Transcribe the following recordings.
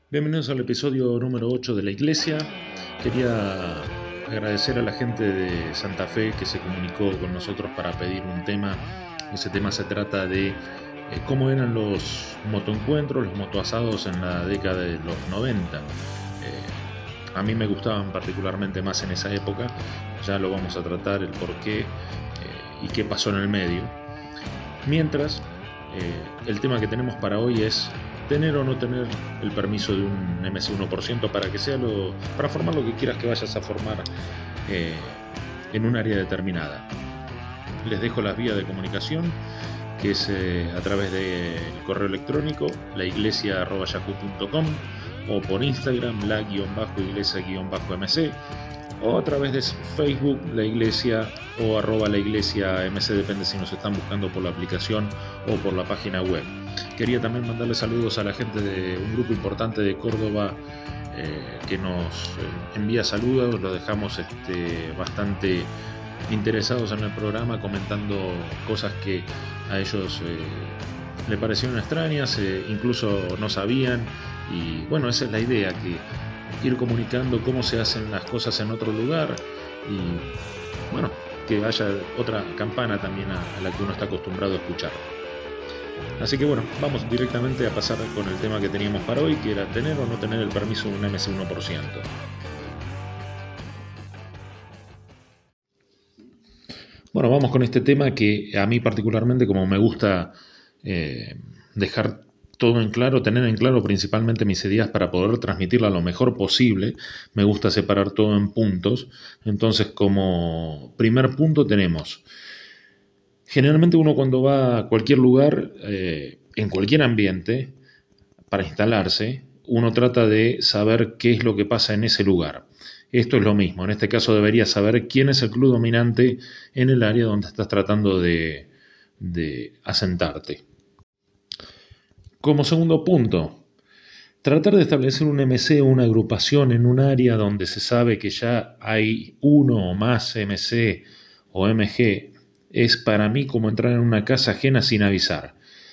Bienvenidos al episodio número 8 de la Iglesia. Quería agradecer a la gente de Santa Fe que se comunicó con nosotros para pedir un tema. Ese tema se trata de cómo eran los motoencuentros, los motoasados en la década de los 90. A mí me gustaban particularmente más en esa época. Ya lo vamos a tratar, el por qué y qué pasó en el medio. Mientras, el tema que tenemos para hoy es tener o no tener el permiso de un MC 1% para que sea para formar lo que quieras que vayas a formar eh, en un área determinada. Les dejo las vías de comunicación, que es a través del correo electrónico laiglesia@yahoo.com o por Instagram la-iglesia-mc o a través de Facebook, La Iglesia o @laiglesiamc, depende si nos están buscando por la aplicación o por la página web. Quería también mandarle saludos a la gente de un grupo importante de Córdoba que nos envía saludos, lo dejamos bastante interesados en el programa, comentando cosas que a ellos le parecieron extrañas, incluso no sabían, y bueno, esa es la idea, que ir comunicando cómo se hacen las cosas en otro lugar y bueno, que haya otra campana también a la que uno está acostumbrado a escuchar. Así que bueno, vamos directamente a pasar con el tema que teníamos para hoy, que era tener o no tener el permiso de un MC 1%. Bueno, vamos con este tema que a mí particularmente, como me gusta dejar todo en claro, tener en claro principalmente mis ideas para poder transmitirla lo mejor posible, me gusta separar todo en puntos. Entonces, como primer punto tenemos, generalmente uno cuando va a cualquier lugar, en cualquier ambiente, para instalarse, uno trata de saber qué es lo que pasa en ese lugar. Esto es lo mismo, en este caso deberías saber quién es el club dominante en el área donde estás tratando de asentarte. Como segundo punto, tratar de establecer un MC o una agrupación en un área donde se sabe que ya hay uno o más MC o MG es para mí como entrar en una casa ajena sin avisar.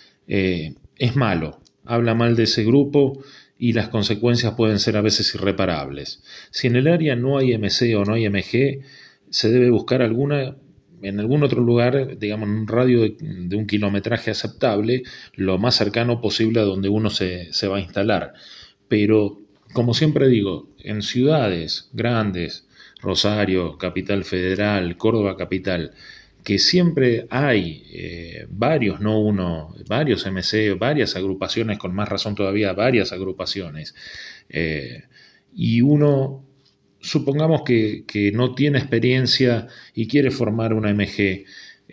Es malo, habla mal de ese grupo y las consecuencias pueden ser a veces irreparables. Si en el área no hay MC o no hay MG, se debe buscar en algún otro lugar, digamos, en un radio de un kilometraje aceptable, lo más cercano posible a donde uno se va a instalar. Pero, como siempre digo, en ciudades grandes, Rosario, Capital Federal, Córdoba Capital, que siempre hay varios, no uno, varios MC, varias agrupaciones, con más razón todavía varias agrupaciones, y uno, supongamos que no tiene experiencia y quiere formar una MG,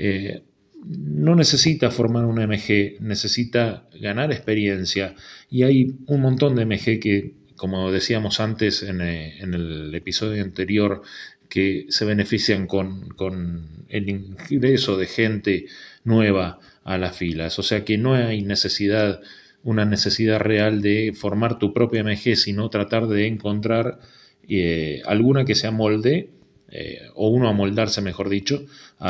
no necesita formar una MG, necesita ganar experiencia, y hay un montón de MG que, como decíamos antes en el episodio anterior, que se benefician con el ingreso de gente nueva a las filas. O sea que no hay una necesidad real de formar tu propia MG, sino tratar de encontrar alguna que se amolde, o uno amoldarse, mejor dicho,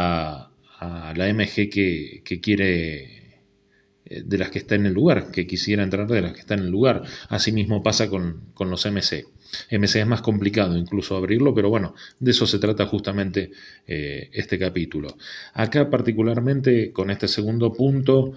a la MG que quiere, de las que está en el lugar, que quisiera entrar de las que está en el lugar. Asimismo pasa con los MC. MC es más complicado incluso abrirlo, pero bueno, de eso se trata justamente este capítulo. Acá particularmente con este segundo punto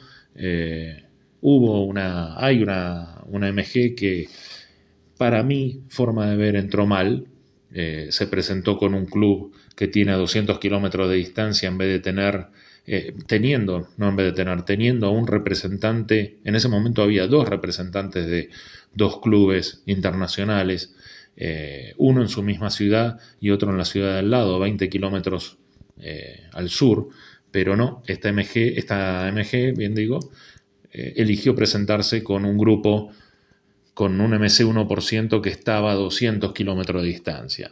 hay una MG que para mi forma de ver entró mal. Se presentó con un club que tiene a 200 kilómetros de distancia en vez de teniendo a un representante. En ese momento había dos representantes de dos clubes internacionales, uno en su misma ciudad y otro en la ciudad de al lado, 20 kilómetros al sur, pero no, esta MG, bien digo, eligió presentarse con un grupo con un MC 1% que estaba a 200 kilómetros de distancia.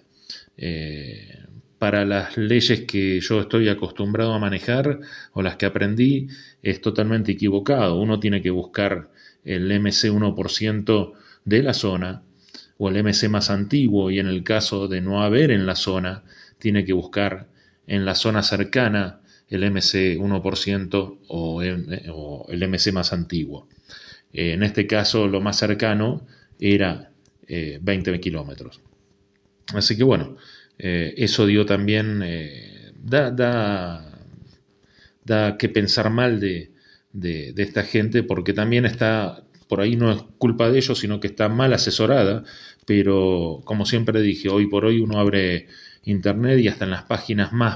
Para las leyes que yo estoy acostumbrado a manejar o las que aprendí, es totalmente equivocado. Uno tiene que buscar el MC 1% de la zona o el MC más antiguo, y en el caso de no haber en la zona, tiene que buscar en la zona cercana el MC 1% o el MC más antiguo. En este caso, lo más cercano era 20 kilómetros. Así que bueno, eso dio también, da que pensar mal de esta gente, porque también está, por ahí no es culpa de ellos, sino que está mal asesorada, pero como siempre dije, hoy por hoy uno abre internet y hasta en las páginas más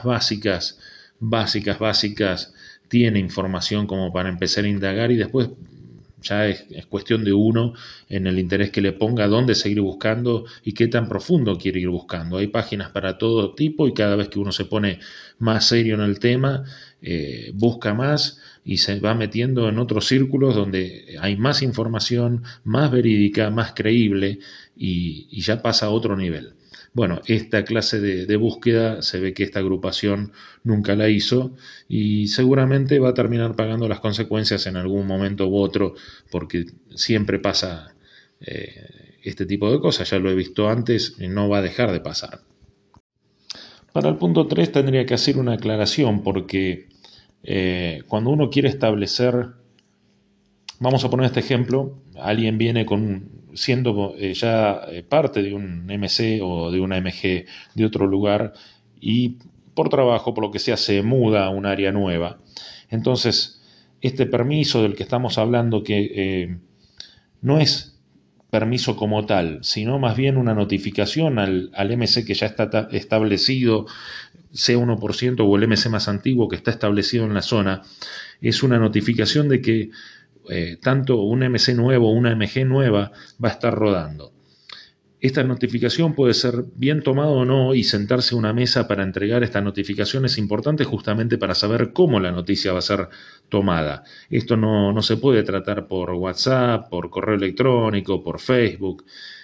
básicas, tiene información como para empezar a indagar y después ya es cuestión de uno en el interés que le ponga dónde seguir buscando y qué tan profundo quiere ir buscando. Hay páginas para todo tipo y cada vez que uno se pone más serio en el tema, busca más y se va metiendo en otros círculos donde hay más información, más verídica, más creíble y ya pasa a otro nivel. Bueno, esta clase de búsqueda se ve que esta agrupación nunca la hizo y seguramente va a terminar pagando las consecuencias en algún momento u otro, porque siempre pasa este tipo de cosas, ya lo he visto antes y no va a dejar de pasar. Para el punto 3 tendría que hacer una aclaración, porque cuando uno quiere establecer, vamos a poner este ejemplo, alguien viene siendo ya parte de un MC o de una MG de otro lugar y por trabajo, por lo que sea, se muda a un área nueva. Entonces, este permiso del que estamos hablando, que no es permiso como tal, sino más bien una notificación al MC que ya está establecido, sea 1% o el MC más antiguo que está establecido en la zona, es una notificación de que tanto un MC nuevo o una MG nueva va a estar rodando. Esta notificación puede ser bien tomada o no, y sentarse a una mesa para entregar esta notificación es importante justamente para saber cómo la noticia va a ser tomada. Esto no se puede tratar por WhatsApp, por correo electrónico, por Facebook,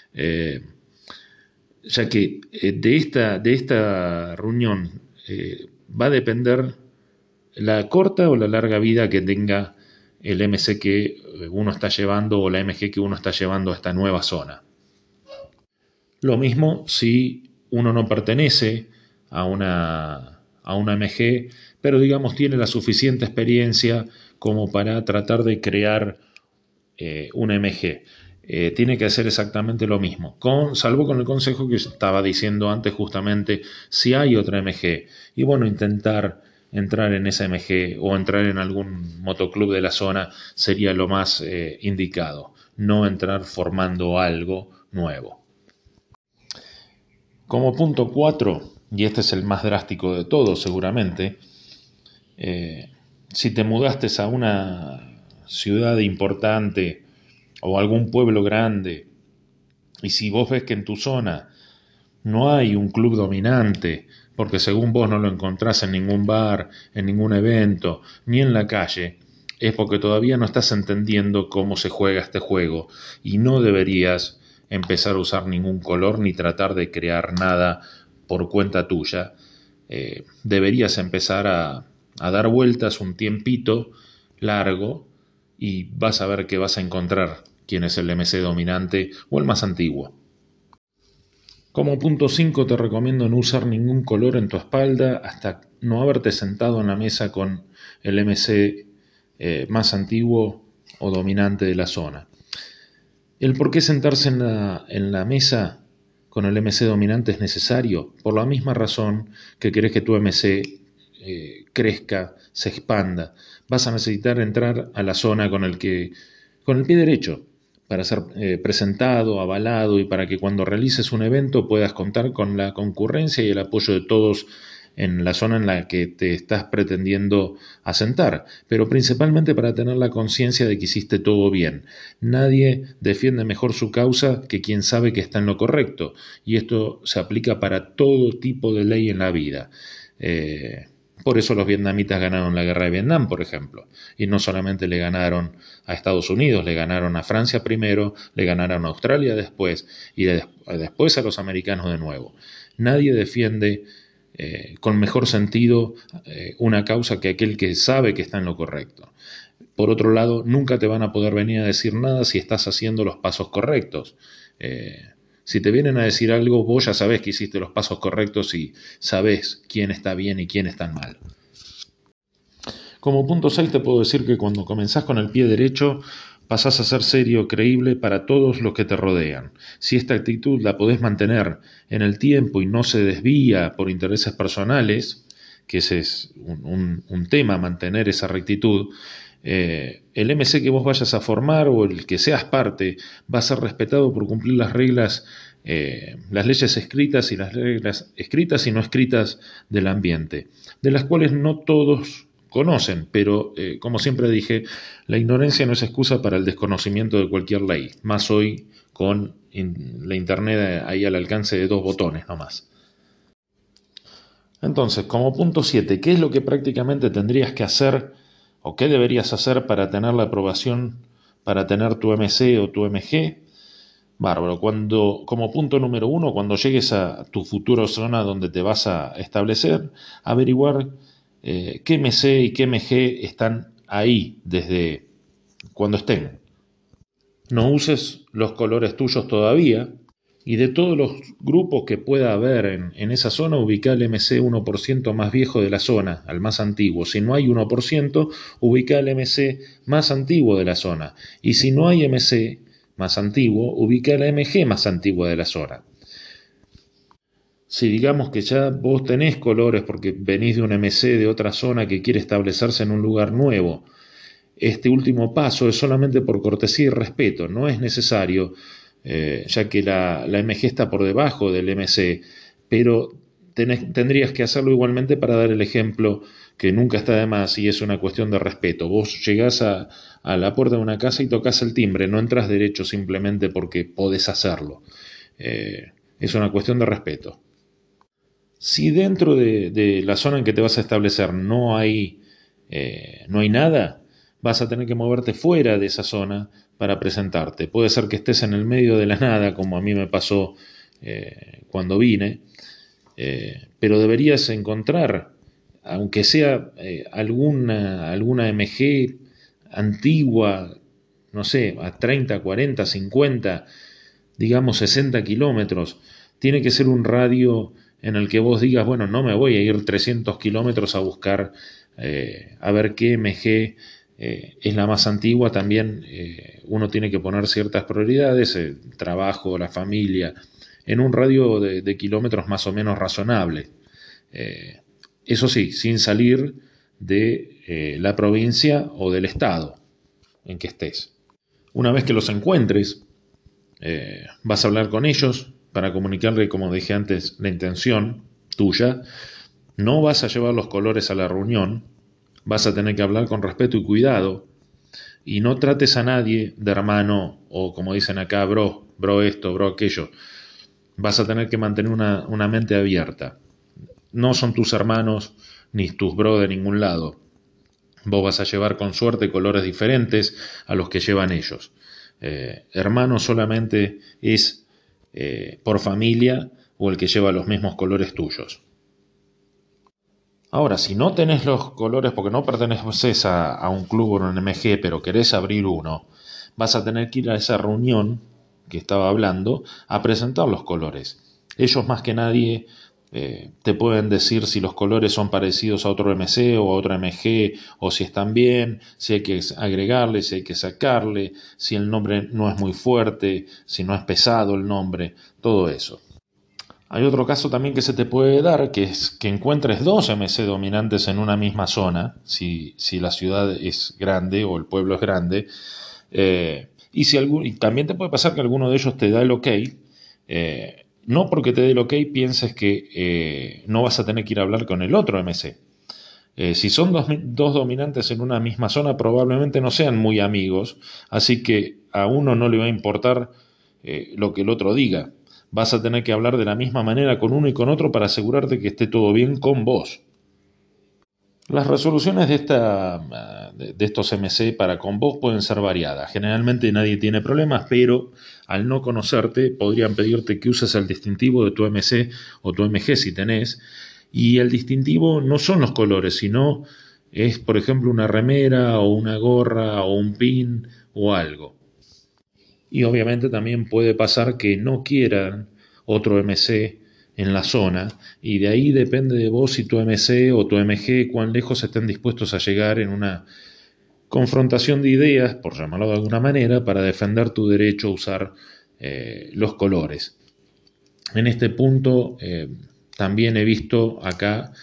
ya que de esta reunión va a depender la corta o la larga vida que tenga el MC que uno está llevando o la MG que uno está llevando a esta nueva zona. Lo mismo si uno no pertenece a una MG, pero digamos tiene la suficiente experiencia como para tratar de crear una MG. Tiene que hacer exactamente lo mismo, salvo con el consejo que estaba diciendo antes justamente, si hay otra MG, y bueno, intentar entrar en esa MG o entrar en algún motoclub de la zona sería lo más indicado, no entrar formando algo nuevo. Como punto 4, y este es el más drástico de todos seguramente, si te mudaste a una ciudad importante o algún pueblo grande, y si vos ves que en tu zona no hay un club dominante, porque según vos no lo encontrás en ningún bar, en ningún evento, ni en la calle, es porque todavía no estás entendiendo cómo se juega este juego y no deberías empezar a usar ningún color ni tratar de crear nada por cuenta tuya. Deberías empezar a dar vueltas un tiempito largo y vas a ver que vas a encontrar quién es el MC dominante o el más antiguo. Como punto 5 te recomiendo no usar ningún color en tu espalda hasta no haberte sentado en la mesa con el MC más antiguo o dominante de la zona. El por qué sentarse en la mesa con el MC dominante es necesario, por la misma razón que querés que tu MC crezca, se expanda. Vas a necesitar entrar a la zona con el pie derecho, para ser presentado, avalado y para que cuando realices un evento puedas contar con la concurrencia y el apoyo de todos en la zona en la que te estás pretendiendo asentar, pero principalmente para tener la conciencia de que hiciste todo bien. Nadie defiende mejor su causa que quien sabe que está en lo correcto, y esto se aplica para todo tipo de ley en la vida. Por eso los vietnamitas ganaron la guerra de Vietnam, por ejemplo, y no solamente le ganaron a Estados Unidos, le ganaron a Francia primero, le ganaron a Australia después, y después a los americanos de nuevo. Nadie defiende con mejor sentido una causa que aquel que sabe que está en lo correcto. Por otro lado, nunca te van a poder venir a decir nada si estás haciendo los pasos correctos. Si te vienen a decir algo, vos ya sabés que hiciste los pasos correctos y sabés quién está bien y quién está mal. Como punto 6 te puedo decir que cuando comenzás con el pie derecho, pasás a ser serio, creíble para todos los que te rodean. Si esta actitud la podés mantener en el tiempo y no se desvía por intereses personales, que ese es un tema, mantener esa rectitud, el MC que vos vayas a formar o el que seas parte va a ser respetado por cumplir las reglas, las leyes escritas y las reglas escritas y no escritas del ambiente, de las cuales no todos conocen, pero como siempre dije, la ignorancia no es excusa para el desconocimiento de cualquier ley, más hoy con la internet ahí al alcance de 2 botones nomás. Entonces, como punto 7, ¿qué es lo que prácticamente tendrías que hacer o qué deberías hacer para tener la aprobación, para tener tu MC o tu MG? Bárbaro, como punto número 1, cuando llegues a tu futura zona donde te vas a establecer, averiguar qué MC y qué MG están ahí desde cuando estén. No uses los colores tuyos todavía, y de todos los grupos que pueda haber en esa zona, ubica el MC 1% más viejo de la zona, al más antiguo. Si no hay 1%, ubica el MC más antiguo de la zona. Y si no hay MC más antiguo, ubica la MG más antigua de la zona. Si digamos que ya vos tenés colores porque venís de un MC de otra zona que quiere establecerse en un lugar nuevo, este último paso es solamente por cortesía y respeto, no es necesario, ya que la MG está por debajo del MC, pero tendrías que hacerlo igualmente para dar el ejemplo que nunca está de más y es una cuestión de respeto. Vos llegás a la puerta de una casa y tocas el timbre, no entras derecho simplemente porque podés hacerlo. Es una cuestión de respeto. Si dentro de la zona en que te vas a establecer no hay nada, vas a tener que moverte fuera de esa zona para presentarte. Puede ser que estés en el medio de la nada, como a mí me pasó cuando vine, pero deberías encontrar, aunque sea alguna MG antigua, no sé, a 30, 40, 50, digamos 60 kilómetros, tiene que ser un radio en el que vos digas, bueno, no me voy a ir 300 kilómetros a buscar a ver qué MG es la más antigua. También uno tiene que poner ciertas prioridades, el trabajo, la familia, en un radio de kilómetros más o menos razonable. Eso sí, sin salir de la provincia o del estado en que estés. Una vez que los encuentres, vas a hablar con ellos para comunicarle, como dije antes, la intención tuya. No vas a llevar los colores a la reunión, vas a tener que hablar con respeto y cuidado, y no trates a nadie de hermano o como dicen acá, bro esto, bro aquello. Vas a tener que mantener una mente abierta. No son tus hermanos ni tus bro de ningún lado. Vos vas a llevar con suerte colores diferentes a los que llevan ellos. Hermano solamente es por familia o el que lleva los mismos colores tuyos. Ahora, si no tenés los colores porque no perteneces a un club o un MG, pero querés abrir uno, vas a tener que ir a esa reunión que estaba hablando a presentar los colores. Ellos más que nadie te pueden decir si los colores son parecidos a otro MC o a otro MG, o si están bien, si hay que agregarle, si hay que sacarle, si el nombre no es muy fuerte, si no es pesado el nombre, todo eso. Hay otro caso también que se te puede dar, que es que encuentres dos MC dominantes en una misma zona, si la ciudad es grande o el pueblo es grande, y también te puede pasar que alguno de ellos te da el ok. No porque te dé el ok pienses que no vas a tener que ir a hablar con el otro MC. Si son dos dominantes en una misma zona, probablemente no sean muy amigos, así que a uno no le va a importar lo que el otro diga. Vas a tener que hablar de la misma manera con uno y con otro para asegurarte que esté todo bien con vos. Las resoluciones de estos MC para con vos pueden ser variadas. Generalmente nadie tiene problemas, pero al no conocerte podrían pedirte que uses el distintivo de tu MC o tu MG si tenés. Y el distintivo no son los colores, sino es, por ejemplo, una remera o una gorra o un pin o algo. Y obviamente también puede pasar que no quieran otro MC en la zona, y de ahí depende de vos si tu MC o tu MG cuán lejos estén dispuestos a llegar confrontación de ideas, por llamarlo de alguna manera, para defender tu derecho a usar los colores. En este punto también he visto acá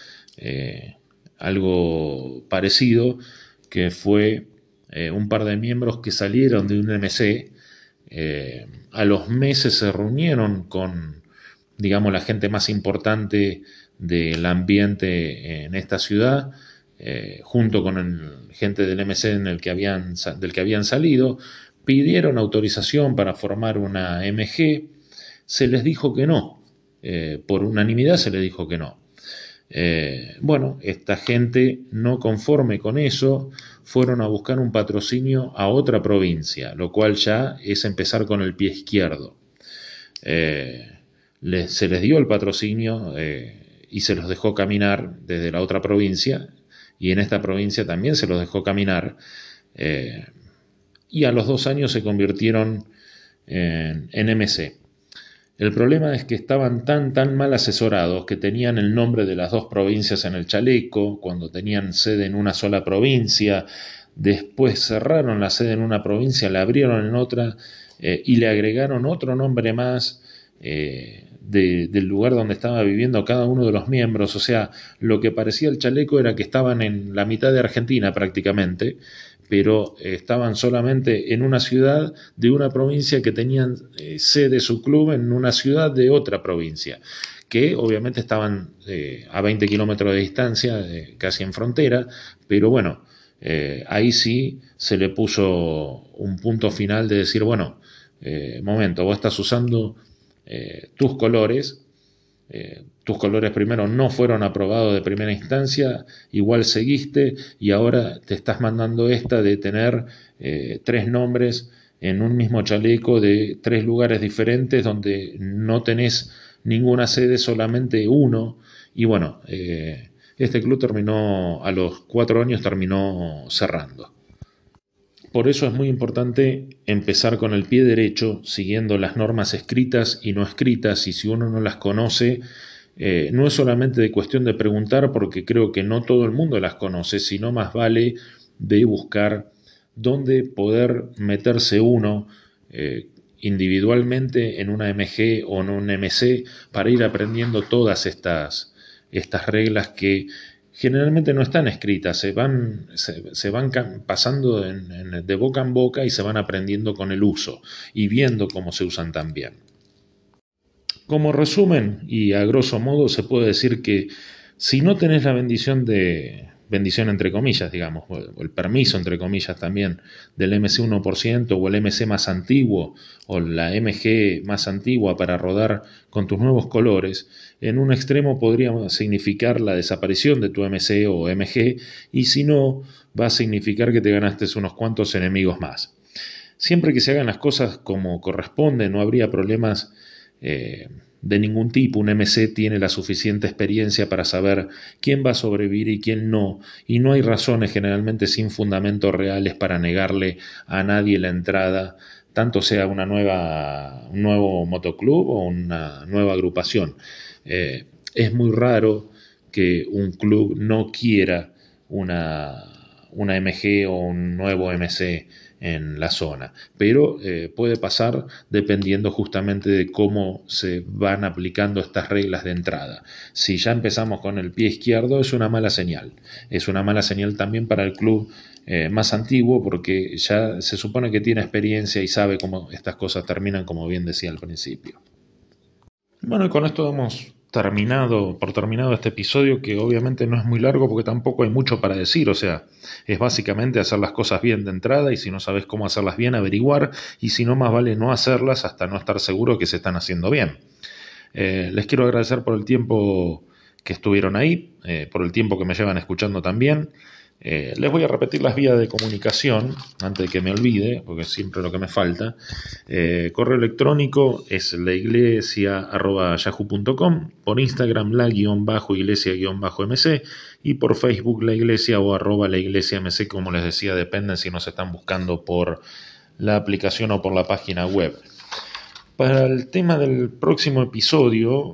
algo parecido, que fue un par de miembros que salieron de un MC, a los meses se reunieron con, digamos, la gente más importante del ambiente en esta ciudad, junto con gente del MC del que habían salido, pidieron autorización para formar una MG, se les dijo que no, por unanimidad se les dijo que no. Bueno, esta gente no conforme con eso fueron a buscar un patrocinio a otra provincia, lo cual ya es empezar con el pie izquierdo. Se les dio el patrocinio y se los dejó caminar desde la otra provincia, y en esta provincia también se los dejó caminar, y a los 2 años se convirtieron en MC. El problema es que estaban tan mal asesorados que tenían el nombre de las 2 provincias en el chaleco, cuando tenían sede en una sola provincia. Después cerraron la sede en una provincia, la abrieron en otra y le agregaron otro nombre más del lugar donde estaba viviendo cada uno de los miembros. O sea, lo que parecía el chaleco era que estaban en la mitad de Argentina prácticamente, pero estaban solamente en una ciudad de una provincia que tenían sede su club en una ciudad de otra provincia, que obviamente estaban a 20 kilómetros de distancia, casi en frontera, pero bueno, ahí sí se le puso un punto final de decir, bueno, momento, vos estás usando tus colores primero no fueron aprobados de primera instancia, igual seguiste y ahora te estás mandando esta de tener 3 nombres en un mismo chaleco de 3 lugares diferentes donde no tenés ninguna sede, solamente uno. Y bueno, este club terminó, a los 4 años terminó cerrando. Por eso es muy importante empezar con el pie derecho, siguiendo las normas escritas y no escritas, y si uno no las conoce, no es solamente de cuestión de preguntar, porque creo que no todo el mundo las conoce, sino más vale de buscar dónde poder meterse uno individualmente en una MG o en un MC para ir aprendiendo todas estas reglas que generalmente no están escritas, se van pasando de boca en boca y se van aprendiendo con el uso y viendo cómo se usan también. Como resumen y a grosso modo se puede decir que si no tenés la bendición entre comillas, digamos, o el permiso entre comillas también del MC 1% o el MC más antiguo o la MG más antigua para rodar con tus nuevos colores, en un extremo podría significar la desaparición de tu MC o MG, y si no, va a significar que te ganaste unos cuantos enemigos más. Siempre que se hagan las cosas como corresponde, no habría problemas de ningún tipo. Un MC tiene la suficiente experiencia para saber quién va a sobrevivir y quién no, y no hay razones generalmente sin fundamentos reales para negarle a nadie la entrada, tanto sea un nuevo motoclub o una nueva agrupación. Es muy raro que un club no quiera una MG o un nuevo MC en la zona, pero puede pasar dependiendo justamente de cómo se van aplicando estas reglas de entrada. Si ya empezamos con el pie izquierdo, es una mala señal también para el club más antiguo, porque ya se supone que tiene experiencia y sabe cómo estas cosas terminan, como bien decía al principio. Bueno, y con esto hemos terminado este episodio, que obviamente no es muy largo porque tampoco hay mucho para decir. O sea, es básicamente hacer las cosas bien de entrada, y si no sabes cómo hacerlas bien, averiguar, y si no, más vale no hacerlas hasta no estar seguro que se están haciendo bien. Les quiero agradecer por el tiempo que estuvieron ahí, por el tiempo que me llevan escuchando también. Les voy a repetir las vías de comunicación antes de que me olvide, porque es siempre lo que me falta. Correo electrónico es laiglesia@yahoo.com, por Instagram la_iglesia_mc, y por Facebook la iglesia o @laiglesiamc, como les decía, dependen si nos están buscando por la aplicación o por la página web. Para el tema del próximo episodio,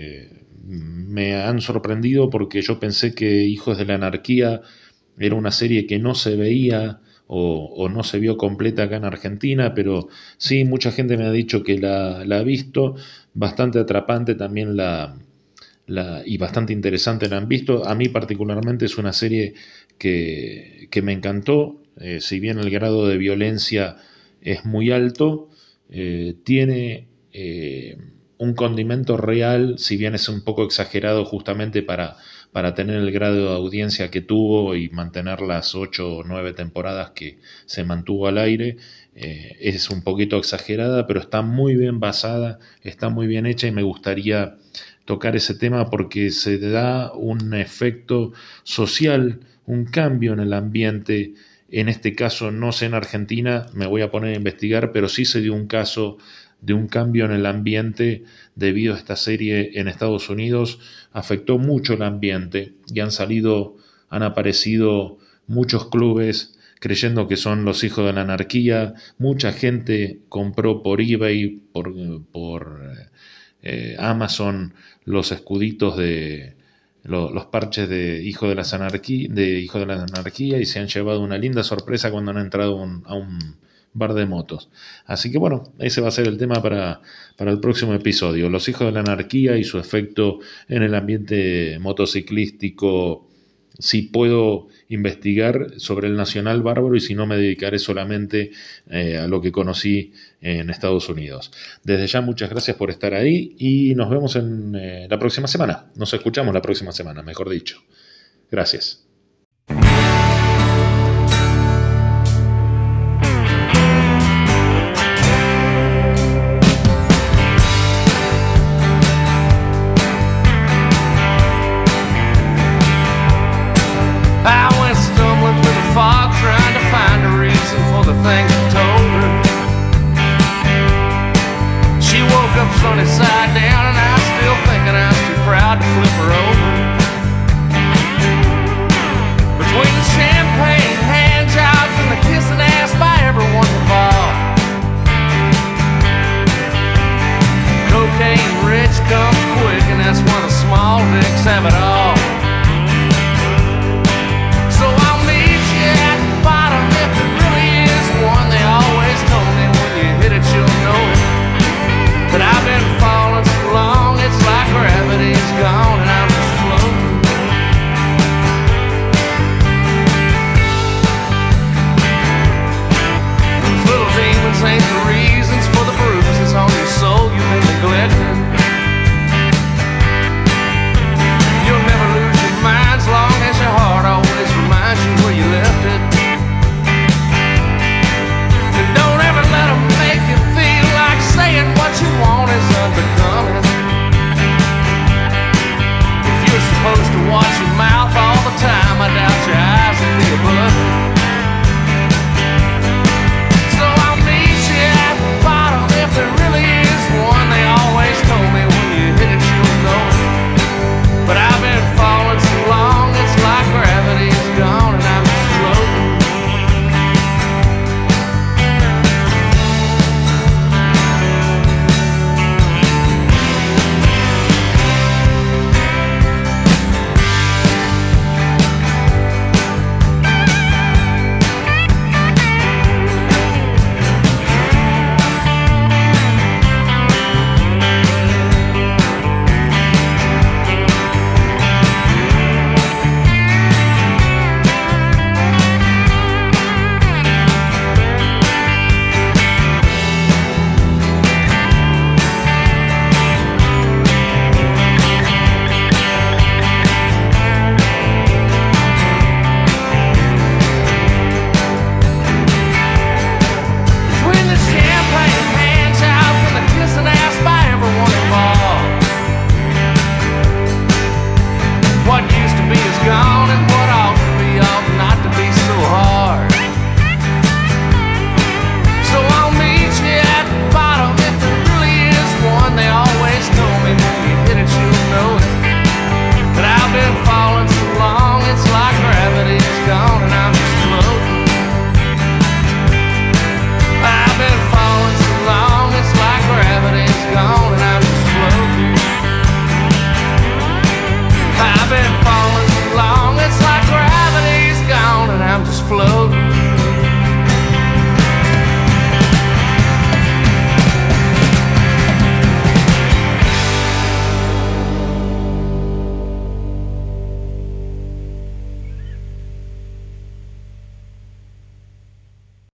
me han sorprendido porque yo pensé que Hijos de la Anarquía era una serie que no se veía o no se vio completa acá en Argentina, pero sí, mucha gente me ha dicho que la ha visto, bastante atrapante también y bastante interesante la han visto. A mí particularmente es una serie que me encantó, si bien el grado de violencia es muy alto, tiene un condimento real, si bien es un poco exagerado justamente para tener el grado de audiencia que tuvo y mantener las 8 o 9 temporadas que se mantuvo al aire. Es un poquito exagerada, pero está muy bien basada, está muy bien hecha y me gustaría tocar ese tema porque se da un efecto social, un cambio en el ambiente. En este caso, no sé en Argentina, me voy a poner a investigar, pero sí se dio un caso de un cambio en el ambiente debido a esta serie en Estados Unidos. Afectó mucho el ambiente y han aparecido muchos clubes creyendo que son los hijos de la anarquía. Mucha gente compró por eBay, por Amazon, los escuditos de los parches de Hijo de la Anarquía, y se han llevado una linda sorpresa cuando han entrado a un bar de motos. Así que bueno, ese va a ser el tema para el próximo episodio, los Hijos de la Anarquía y su efecto en el ambiente motociclístico. Si puedo investigar sobre el Nacional Bárbaro y si no me dedicaré solamente a lo que conocí en Estados Unidos. Desde ya muchas gracias por estar ahí y nos vemos en la próxima semana. Nos escuchamos la próxima semana, mejor dicho. Gracias. Sunny side down, and I'm still thinking I was too proud to flip her over. Between the champagne hand jobs and the kissing ass by everyone involved, cocaine rich comes quick, and that's why the small dicks have it all.